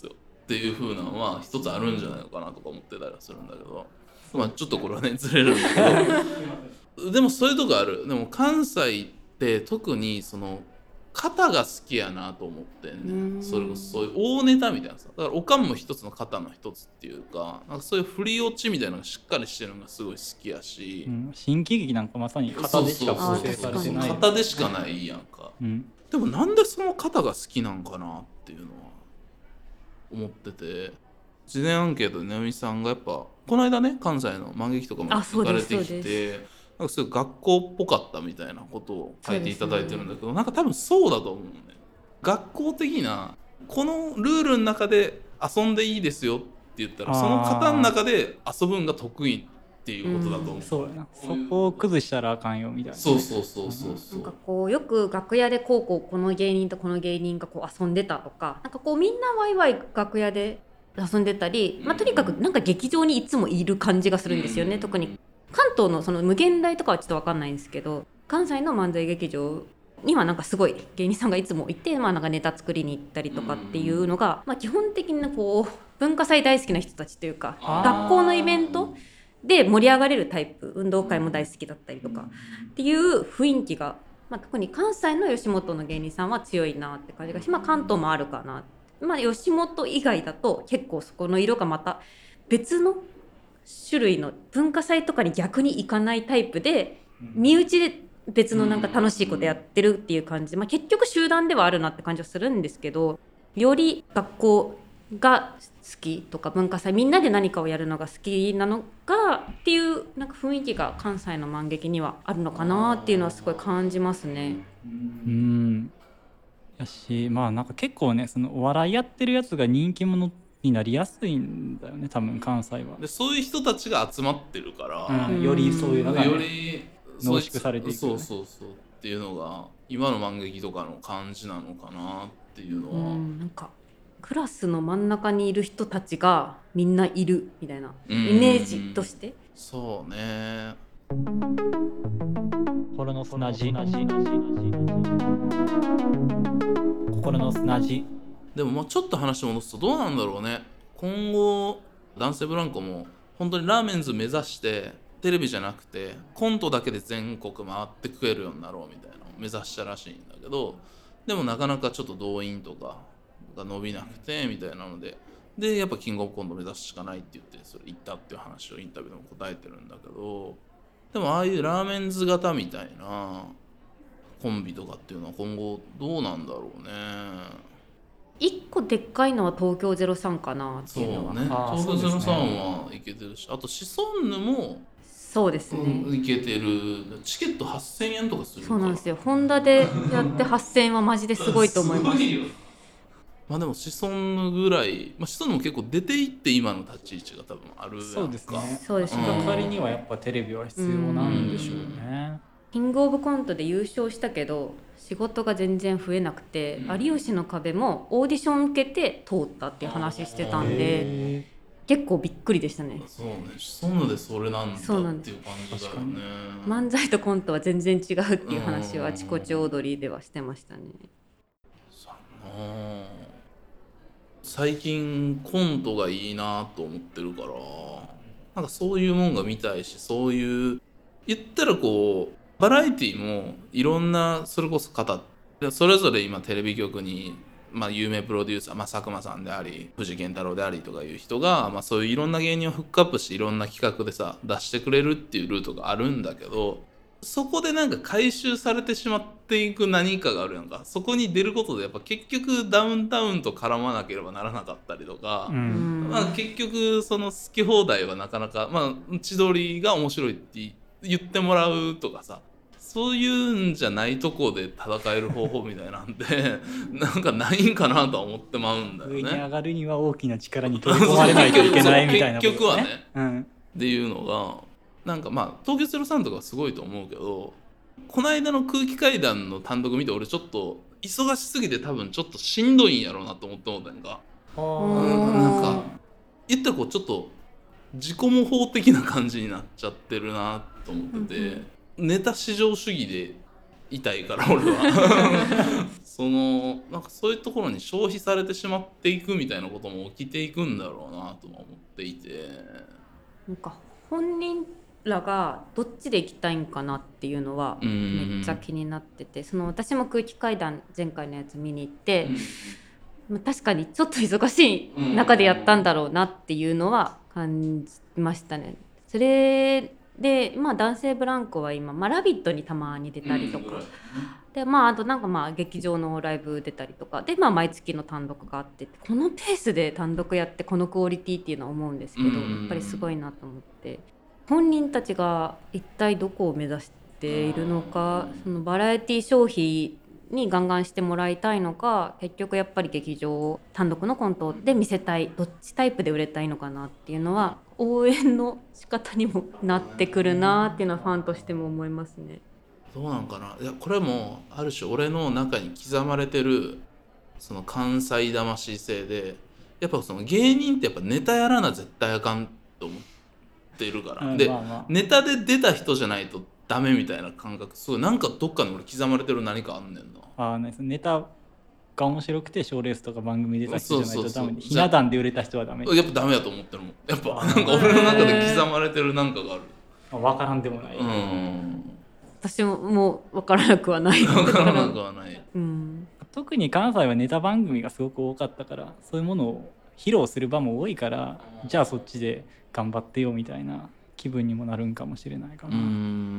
っていう風なのは一つあるんじゃないのかなとか思ってたりするんだけど、まあちょっとこれはねずれるんだけどでもそういうとこある。でも関西って特にその型が好きやなと思ってんね。それこそそういう大ネタみたいなさ、だからおかんも一つの型の一つっていうか、なんかそういう振り落ちみたいなのがしっかりしてるのがすごい好きやし、 うん、新喜劇なんかまさに型でしか構成されてない。 型でしかないやんか、 うん、 でもなんでその型が好きなんかなっていうのは思ってて、事前アンケートでねみさんがやっぱこの間ね関西の漫劇とかも行かれてきて、なんかすごい学校っぽかったみたいなことを書いていただいてるんだけど、ね、なんか多分そうだと思うね。学校的なこのルールの中で遊んでいいですよって言ったらその型の中で遊ぶんが得意っていうことだと思う、うん、 そうやな、そこを崩したらあかんよみたいな、ね、 そうそうそうそうそう、 なんかこうよく楽屋でこうこうこの芸人とこの芸人がこう遊んでたとか、なんかこうみんなワイワイ楽屋で遊んでたり、まあ、とにかくなんか劇場にいつもいる感じがするんですよね、うん、特に関東のその無限大とかはちょっと分かんないんですけど、関西の漫才劇場にはなんかすごい芸人さんがいつもいて、まあ、なんかネタ作りに行ったりとかっていうのが、まあ、基本的なこう文化祭大好きな人たちというか、学校のイベントで盛り上がれるタイプ、運動会も大好きだったりとかっていう雰囲気が、まあ、特に関西の吉本の芸人さんは強いなって感じがし、まあ、関東もあるかな、まあ、吉本以外だと結構そこの色がまた別の種類の文化祭とかに逆に行かないタイプで、身内で別のなんか楽しいことやってるっていう感じ、まあ、結局集団ではあるなって感じはするんですけど、より学校が好きとか文化祭みんなで何かをやるのが好きなのがっていうなんか雰囲気が関西の漫劇にはあるのかなっていうのはすごい感じますね。 うんやし、まあなんか結構ね、そのお笑いやってるやつが人気者になりやすいんだよね、多分関西は。でそういう人たちが集まってるから、 うん、よりそういうのが、ね、 より濃縮されていく、ね、 そうそうそうっていうのが今の漫劇とかの感じなのかなっていうのは、 うん、なんかクラスの真ん中にいる人たちがみんないるみたいなイメージとして、 そうね。 心の砂地心の砂地。 でもまあちょっと話戻すとどうなんだろうね。今後男性ブランコも本当にラーメンズ目指してテレビじゃなくてコントだけで全国回って食えるようになろうみたいなのを目指したらしいんだけど、でもなかなかちょっと動員とかが伸びなくてみたいなので、でやっぱキングオブコント目指すしかないって言ってそれ行ったっていう話をインタビューでも答えてるんだけど、でもああいうラーメンズ型みたいなコンビとかっていうのは今後どうなんだろうね。 一個でっかいのは東京ゼロさんかなっていうのは。 そうね、東京ゼロさんはいけてるし、あとシソンヌもそうですね、 うん、いけてる。チケットはっせんえんとかするから。 そうなんですよ、ホンダでやってはっせんえんはマジですごいと思います。 まあでもシソンヌぐらい、まあ、シソンヌも結構出ていって今の立ち位置が多分あるやんか。 そうですね。 そうですね。 人かかりにはやっぱテレビは必要なんでしょうね。 キングオブコントで優勝したけど仕事が全然増えなくて、うん、有吉の壁もオーディション受けて通ったっていう話してたんで結構びっくりでしたね。 そうね、シソンヌでそれなんだっていう感じだよね。 漫才とコントは全然違うっていう話はあちこちオードリーではしてましたね。 さあな、最近コントがいいなと思ってるから、なんかそういうもんが見たいし、そういう言ったらこうバラエティもいろんなそれこそ方それぞれ今テレビ局に、まあ、有名プロデューサー、まあ、佐久間さんであり藤健太郎でありとかいう人が、まあ、そういういろんな芸人をフックアップしていろんな企画でさ出してくれるっていうルートがあるんだけど、そこでなんか回収されてしまっていく何かがあるやんか。そこに出ることでやっぱ結局ダウンタウンと絡まなければならなかったりとか、うん、まあ、結局その好き放題はなかなか、まあ、千鳥が面白いって言ってもらうとかさ、そういうんじゃないとこで戦える方法みたいなんでなんかないんかなとは思ってまうんだよね。 上に上がるには大きな力に取り込まれないといけないみたいなこと、ね、 結局はね、 うん、 っていうのがなんかまあ東京ゼロさんとかすごいと思うけど、この間の空気階段の単独見て俺ちょっと忙しすぎて多分ちょっとしんどいんやろうなと思って思ったんか、うん、なんか言ったらこうちょっと自己模倣的な感じになっちゃってるなと思ってて、ネタ至上主義で痛いから俺はそのなんかそういうところに消費されてしまっていくみたいなことも起きていくんだろうなとは思っていて、 なんか本人らがどっちで行きたいんかなっていうのはめっちゃ気になってて、その私も空気階段前回のやつ見に行って、まあ、確かにちょっと忙しい中でやったんだろうなっていうのは感じましたね。それで、まあ、男性ブランコは今、まあ、ラビットにたまに出たりとか、で、まあ、あとなんかまあ劇場のライブ出たりとかで、まあ、毎月の単独があって、このペースで単独やってこのクオリティっていうのは思うんですけど、やっぱりすごいなと思って、本人たちが一体どこを目指しているのか、そのバラエティ消費にガンガンしてもらいたいのか、結局やっぱり劇場単独のコントで見せたい、どっちタイプで売れたいのかなっていうのは応援の仕方にもなってくるなっていうのはファンとしても思いますね。 どうなんかな。いやこれもある種俺の中に刻まれてるその関西魂性で、やっぱその芸人ってやっぱネタやらな絶対あかんと思ってるから、うん、で、まあまあ、ネタで出た人じゃないとダメみたいな感覚、すごいなんかどっかに俺刻まれてる何かあんねんな。 あ、ネタが面白くて賞レースとか番組出た人じゃないとダメで、ひな壇で売れた人はダメ。 やっぱダメだと思ってるもん。やっぱなんか俺の中で刻まれてるなんかがある。 分からんでもない。うん、 私ももう分からなくはない。 分からなくはない。 うん、 特に関西はネタ番組がすごく多かったから、そういうものを披露する場も多いから、じゃあそっちで頑張ってよみたいな気分にもなるんかもしれないかな。うん、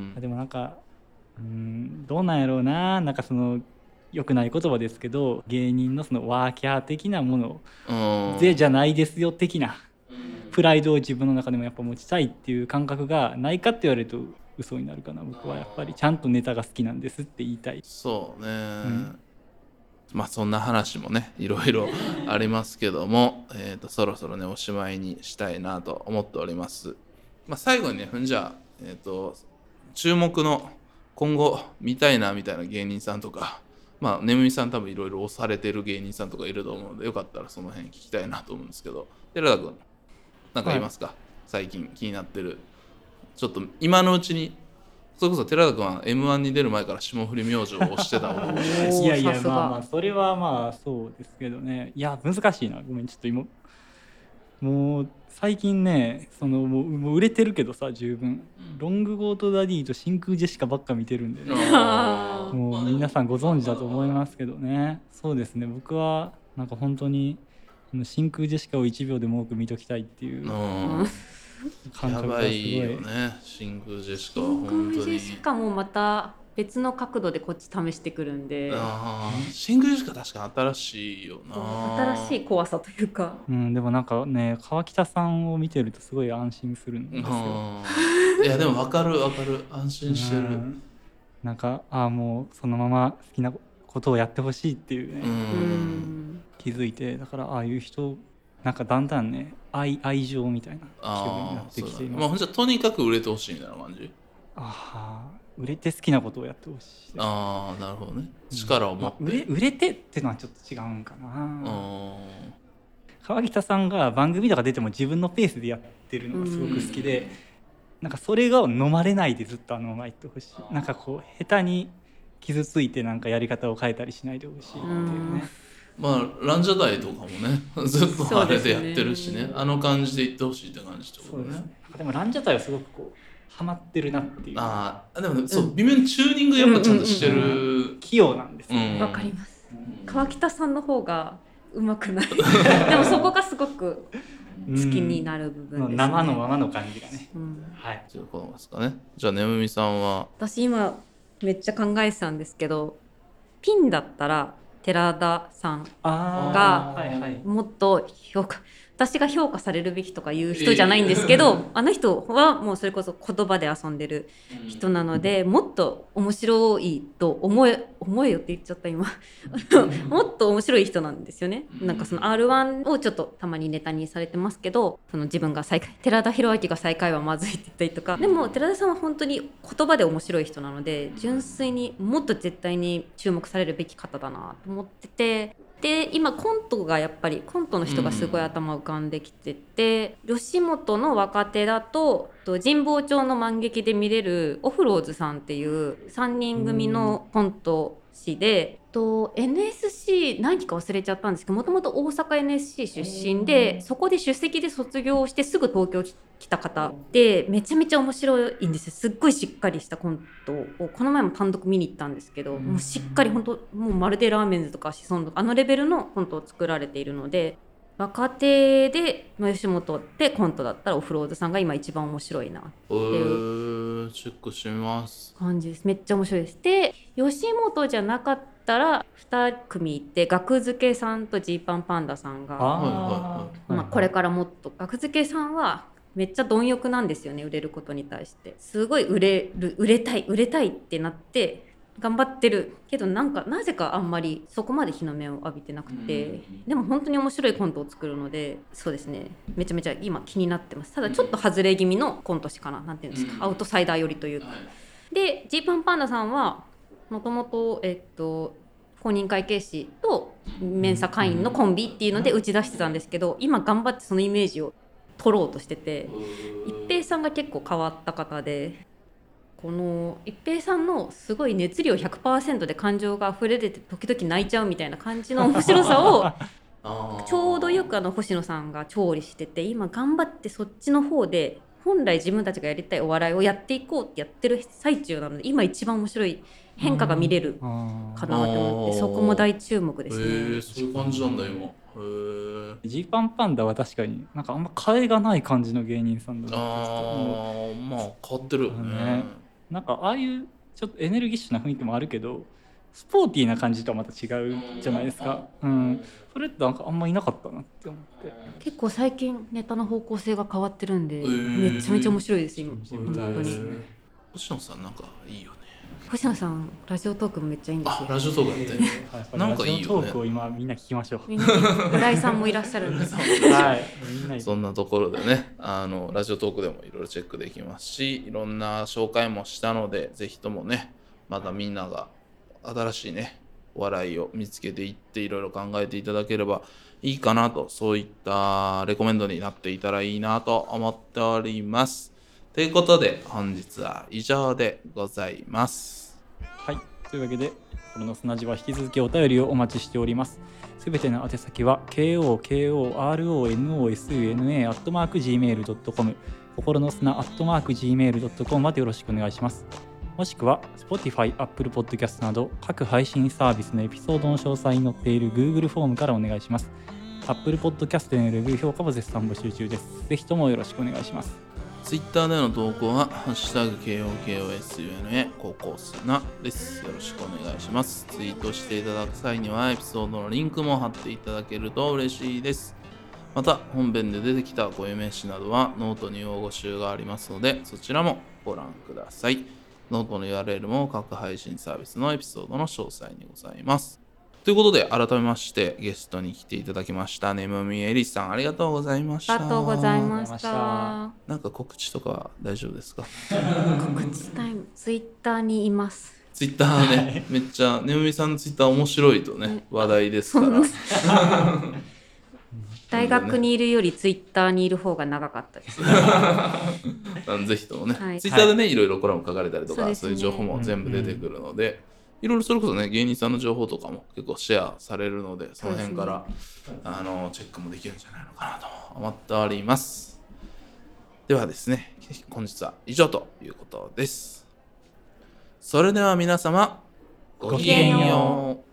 でもなんかうーんどうなんやろうな。なんかその良くない言葉ですけど、芸人のそのワーキャー的なものでじゃないですよ的なプライドを自分の中でもやっぱ持ちたいっていう感覚がないかって言われると嘘になるかな。僕はやっぱりちゃんとネタが好きなんですって言いたい。 そうね、うん、まあそんな話もねいろいろありますけどもえとそろそろねおしまいにしたいなと思っております。まあ、最後にねふんじゃあ、えーと注目の今後見たいなみたいな芸人さんとか、まあねむみさん多分いろいろ推されてる芸人さんとかいると思うので、よかったらその辺聞きたいなと思うんですけど、寺田君なんかいますか、はい、最近気になってる、ちょっと今のうちに。それこそ寺田君は エムワン に出る前から霜降り明星を推してたもんいやいやまあまあそれはまあそうですけどね。いや難しいな、ごめんちょっと今もう最近ねそのもう、もう売れてるけどさ十分、うん、ロングコートダディと真空ジェシカばっか見てるんで、ね、もう皆さんご存知だと思いますけどね。そうですね、僕はなんか本当に真空ジェシカをいちびょうでも多く見ときたいっていう感覚がすごい。 やばいよね真空ジェシカは本当に。 真空ジェシカもまた別の角度でこっち試してくるんで、 あ真空ジェシカ確か新しいよな。 新しい怖さというか、 うん、でもなんかね川北さんを見てるとすごい安心するんですよ。 いやでも分かる分かる、安心してる。んなんかあもうそのまま好きなことをやってほしいっていうね、うん気づいて、だからああいう人なんかだんだんね 愛, 愛情みたいな気分になってきています。 まあ、ほんじゃとにかく売れてほしいみたいな感じ。 ああ売れて好きなことをやってほしい。 ああなるほどね、力を持って、 うんまあ、売れ、売れてっていうのはちょっと違うんかな。川北さんが番組とか出ても自分のペースでやってるのがすごく好きで、うん、なんかそれが飲まれないでずっとあのままいってほしい。なんかこう下手に傷ついてなんかやり方を変えたりしないでほしいっていうね。 まあランジャタイとかもねずっとあれでやってるし ね, ねあの感じでいってほしいって感じってことね。そうですね。 でもランジャタイはすごくこうハマってるなっていう。 ああでも、ね、そう、うん、微妙にチューニングやっぱちゃんとしてる、うんうんうん、器用なんですよ。 わ、うん、かります、うん、川北さんの方がうまくないでもそこがすごく好きになる部分ですね、うん、 生のままの感じがね、 うん、 はいということですかね。じゃあねむみさんは。 私今めっちゃ考えてたんですけど、ピンだったら寺田さんがもっと評価、私が評価されるべきとかいう人じゃないんですけど、えー、あの人はもうそれこそ言葉で遊んでる人なので、もっと面白いと思え思えよって言っちゃった今もっと面白い人なんですよね。なんかその アールワン をちょっとたまにネタにされてますけど、その自分が最下位、寺田裕明が最下位はまずいって言ったりとか、でも寺田さんは本当に言葉で面白い人なので、純粋にもっと絶対に注目されるべき方だなと思ってて、 で今コントがやっぱりコントの人がすごい頭浮かんできてて、うん、吉本の若手だと神保町の満劇で見れるオフローズさんっていうさんにん組のコント師で、と エヌエスシー 何期か忘れちゃったんですけど、もともと大阪 エヌエスシー 出身で、そこで出席で卒業してすぐ東京来た方で、めちゃめちゃ面白いんですよ。すっごいしっかりしたコントをこの前も単独見に行ったんですけど、もうしっかり本当もうまるでラーメンズとかシソンとかあのレベルのコントを作られているので、若手で、まあ、吉本でコントだったらオフローズさんが今一番面白いなっていうチェックしてみます感じです。めっちゃ面白いです。で吉本じゃなかったらに組いて学付けさんとジーパンパンダさんが、 あ、 まあ、これからもっと学付けさんはめっちゃ貪欲なんですよね。売れることに対してすごい売れる売れたい売れたいってなって頑張ってるけど、なんかなぜかあんまりそこまで日の目を浴びてなくて、でも本当に面白いコントを作るので、そうですね、めちゃめちゃ今気になってます。ただちょっと外れ気味のコント師かな、なんていうんですか、アウトサイダー寄りというか。でジーパンパンダさんはもともとえっと公認会計士とメンサ会員のコンビっていうので打ち出してたんですけど、今頑張ってそのイメージを取ろうとしてて、一平さんが結構変わった方で、この一平さんのすごい熱量 ひゃくパーセント で感情が溢れ出て時々泣いちゃうみたいな感じの面白さをちょうどよくあの星野さんが調理してて、今頑張ってそっちの方で本来自分たちがやりたいお笑いをやっていこうってやってる最中なので、今一番面白い変化が見れるかなと思って、そこも大注目ですね。 へー、そういう感じなんだ今。へー。 ジーパンパンダは確かになんかあんま替えがない感じの芸人さんだな。 あー、まあ変わってるよね。 ね、なんかああいうちょっとエネルギッシュな雰囲気もあるけど、スポーティーな感じとはまた違うじゃないですか。うん、それってなんかあんまいなかったなって思って。 結構最近ネタの方向性が変わってるんで、 えー、 めちゃめちゃ面白いです今。本当に。 星野さんなんかいいよね。 星野さんラジオトークもめっちゃいいんですよ。 あ、ラジオトークやって、えー、なんかいいよね。 ラジオトークを今みんな聞きましょう。 みんな浦井さんもいらっしゃるんですよ。 はい、みんなそんなところでね、あのラジオトークでもいろいろチェックできますし、いろんな紹介もしたので、ぜひともね、またみんなが新しいねお笑いを見つけていっていろいろ考えていただければいいかなと、そういったレコメンドになっていたらいいなと思っております。ということで本日は以上でございます。 はい、というわけで心の砂地は引き続きお便りをお待ちしております。すべての宛先は ケーオーケーオーアールオーエヌオーエスユーエヌエー アットマーク ジーメール ドットコム 心の砂 アットマーク ジーメール ドットコム までよろしくお願いします。もしくは Spotify、Apple Podcast など各配信サービスのエピソードの詳細に載っている Google フォームからお願いします。Apple Podcast へのレビュー評価も絶賛募集中です。ぜひともよろしくお願いします。 Twitter での投稿はハッシュタグ ケーオーケーオーエスユーエヌエー 高校砂です。よろしくお願いします。ツイートしていただく際にはエピソードのリンクも貼っていただけると嬉しいです。また本編で出てきた固有名詞などはノートに用語集がありますので、そちらもご覧ください。ノートの ユーアールエル も各配信サービスのエピソードの詳細にございます。ということで改めましてゲストに来ていただきましたねむみえりさん、ありがとうございました。 ありがとうございました。 なんか告知とかは大丈夫ですか？ 告知タイム、ツイッターにいます。 ツイッターね、めっちゃねむみさんのツイッター面白いとね、ね話題ですから大学にいるよりツイッターにいる方が長かったですぜひともね、はい、ツイッターでねいろいろコラム書かれたりとか、はい、そういう情報も全部出てくるので、うんうん、いろいろそれこそね芸人さんの情報とかも結構シェアされるので、その辺から、ね、あのチェックもできるんじゃないのかなと思っております。ではですね、本日は以上ということです。それでは皆様ごきげんよう。